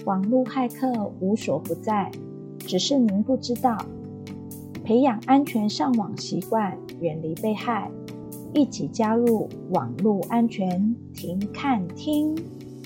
网络骇客无所不在，只是您不知道。培养安全上网习惯，远离被害，一起加入网络安全停看听。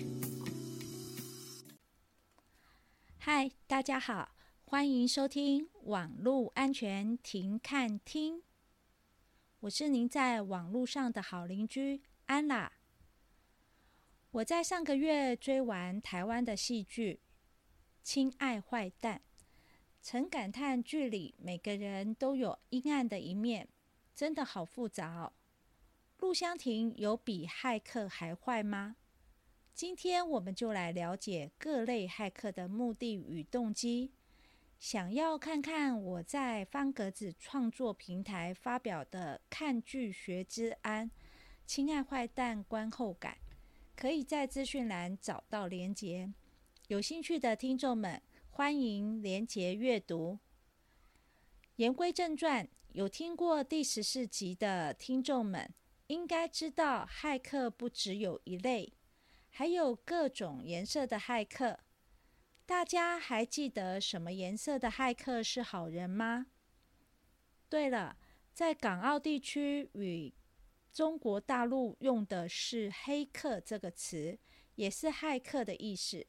嗨，大家好，欢迎收听网络安全停看听。我是您在网络上的好邻居安啦。我在上个月追完台湾的戏剧《亲爱坏蛋》，曾感叹剧里每个人都有阴暗的一面，真的好复杂哦。陆湘婷有比骇客还坏吗？今天我们就来了解各类骇客的目的与动机。想要看看我在方格子创作平台发表的看剧学之安亲爱坏蛋观后感，可以在资讯栏找到连结。有兴趣的听众们，欢迎连结阅读。言归正传，有听过第14集的听众们，应该知道骇客不只有一类，还有各种颜色的骇客。大家还记得什么颜色的骇客是好人吗？对了，在港澳地区与中国大陆用的是黑客这个词，也是骇客的意思。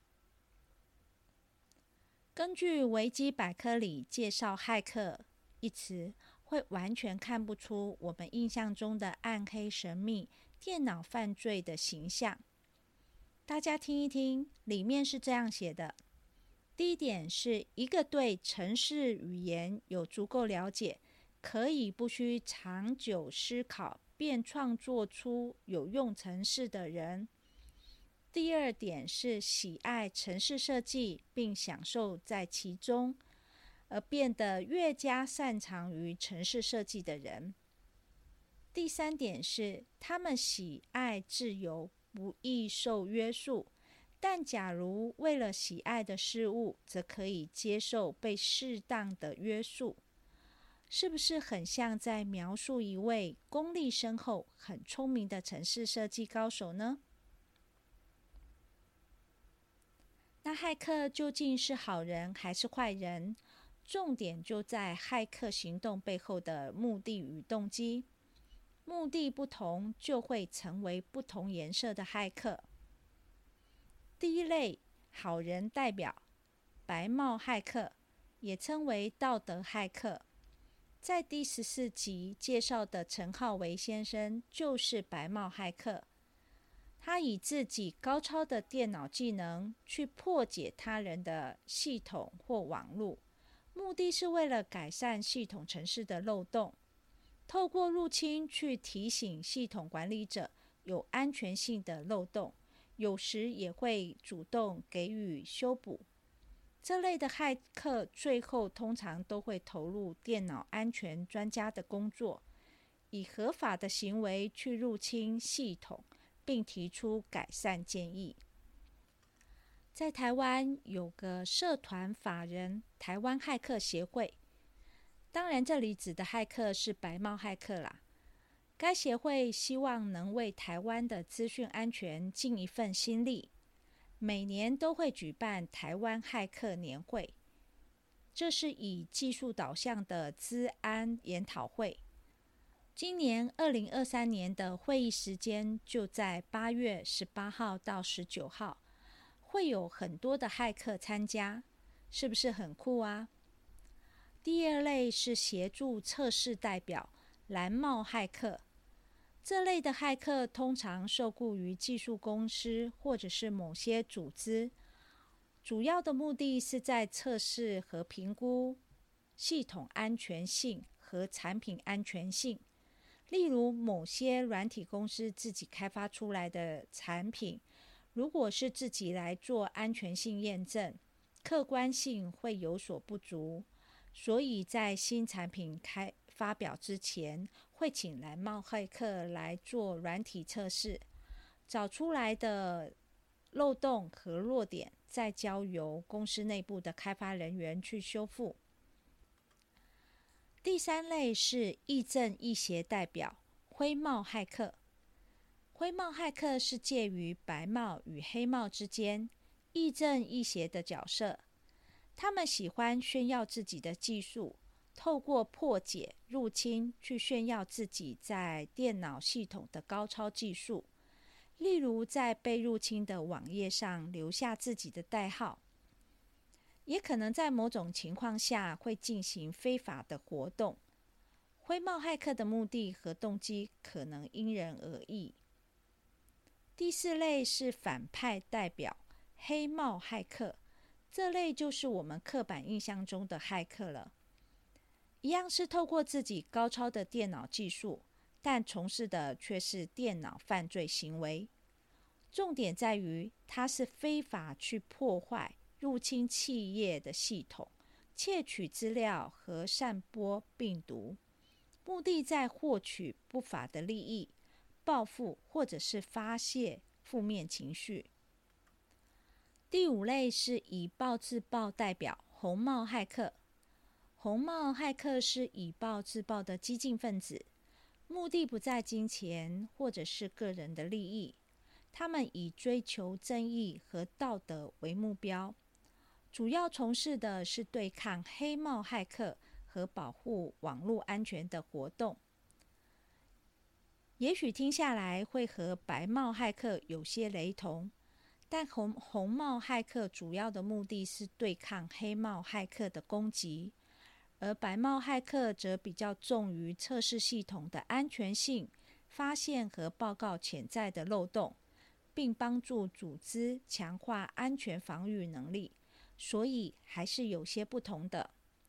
根据维基百科里介绍骇客一词，会完全看不出我们印象中的暗黑神秘电脑犯罪的形象。大家听一听，里面是这样写的。第一点是一个对程式语言有足够了解，可以不需长久思考便创作出有用程式的人。第二点是喜爱程式设计并享受在其中，而变得越加擅长于程式设计的人。第三点是他们喜爱自由，不易受约束，但假如为了喜爱的事物，则可以接受被适当的约束。是不是很像在描述一位功力深厚、很聪明的程式设计高手呢？那骇客究竟是好人还是坏人？重点就在骇客行动背后的目的与动机。目的不同，就会成为不同颜色的骇客。第一类好人代表白帽骇客，也称为道德骇客。在第14集介绍的陈浩维先生就是白帽骇客。他以自己高超的电脑技能去破解他人的系统或网路，目的是为了改善系统程式的漏洞，透过入侵去提醒系统管理者有安全性的漏洞，有时也会主动给予修补。这类的骇客最后通常都会投入电脑安全专家的工作，以合法的行为去入侵系统，并提出改善建议。在台湾有个社团法人台湾骇客协会，当然这里指的骇客是白帽骇客啦。该协会希望能为台湾的资讯安全尽一份心力，每年都会举办台湾骇客年会，这是以技术导向的资安研讨会。今年2023年的会议时间就在8月18号到19号，会有很多的骇客参加，是不是很酷啊？第二类是协助测试代表蓝帽骇客。这类的骇客通常受雇于技术公司或者是某些组织，主要的目的是在测试和评估系统安全性和产品安全性。例如某些软体公司自己开发出来的产品，如果是自己来做安全性验证，客观性会有所不足，所以在新产品发表之前，会请蓝帽骇客来做软体测试，找出来的漏洞和弱点，再交由公司内部的开发人员去修复。第三类是亦正亦邪代表灰帽骇客。灰帽骇客是介于白帽与黑帽之间， 亦正亦邪的角色。他们喜欢炫耀自己的技术，透过破解、入侵去炫耀自己在电脑系统的高超技术，例如在被入侵的网页上留下自己的代号，也可能在某种情况下会进行非法的活动。灰帽骇客的目的和动机可能因人而异。第四类是反派代表，黑帽骇客。这类就是我们刻板印象中的骇客了，一样是透过自己高超的电脑技术，但从事的却是电脑犯罪行为。重点在于，他是非法去破坏、入侵企业的系统，窃取资料和散播病毒，目的在获取不法的利益、报复或者是发泄负面情绪。第五类是以暴制暴代表，红帽骇客。红帽骇客是以暴制暴的激进分子，目的不在金钱或者是个人的利益，他们以追求正义和道德为目标，主要从事的是对抗黑帽骇客和保护网络安全的活动。也许听下来会和白帽骇客有些雷同，但红帽骇客主要的目的是对抗黑帽骇客的攻击，而白帽骇客则比较重于测试系统的安全性，发现和报告潜在的漏洞，并帮助组织强化安全防御能力，所以还是有些不同的。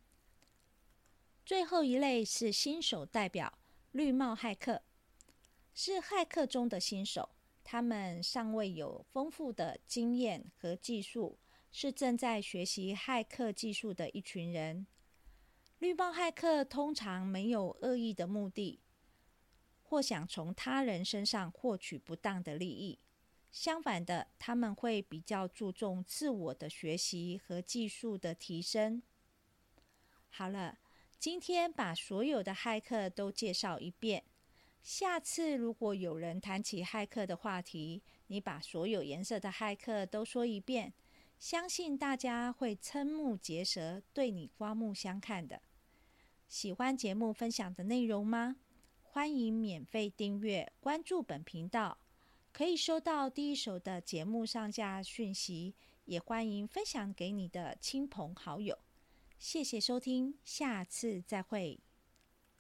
最后一类是新手代表，绿帽骇客，是骇客中的新手，他们尚未有丰富的经验和技术，是正在学习骇客技术的一群人。绿帽骇客通常没有恶意的目的，或想从他人身上获取不当的利益。相反的，他们会比较注重自我的学习和技术的提升。好了，今天把所有的骇客都介绍一遍。下次如果有人谈起骇客的话题，你把所有颜色的骇客都说一遍，相信大家会瞠目结舌，对你刮目相看的。喜欢节目分享的内容吗？欢迎免费订阅关注本频道，可以收到第一手的节目上架讯息，也欢迎分享给你的亲朋好友。谢谢收听，下次再会。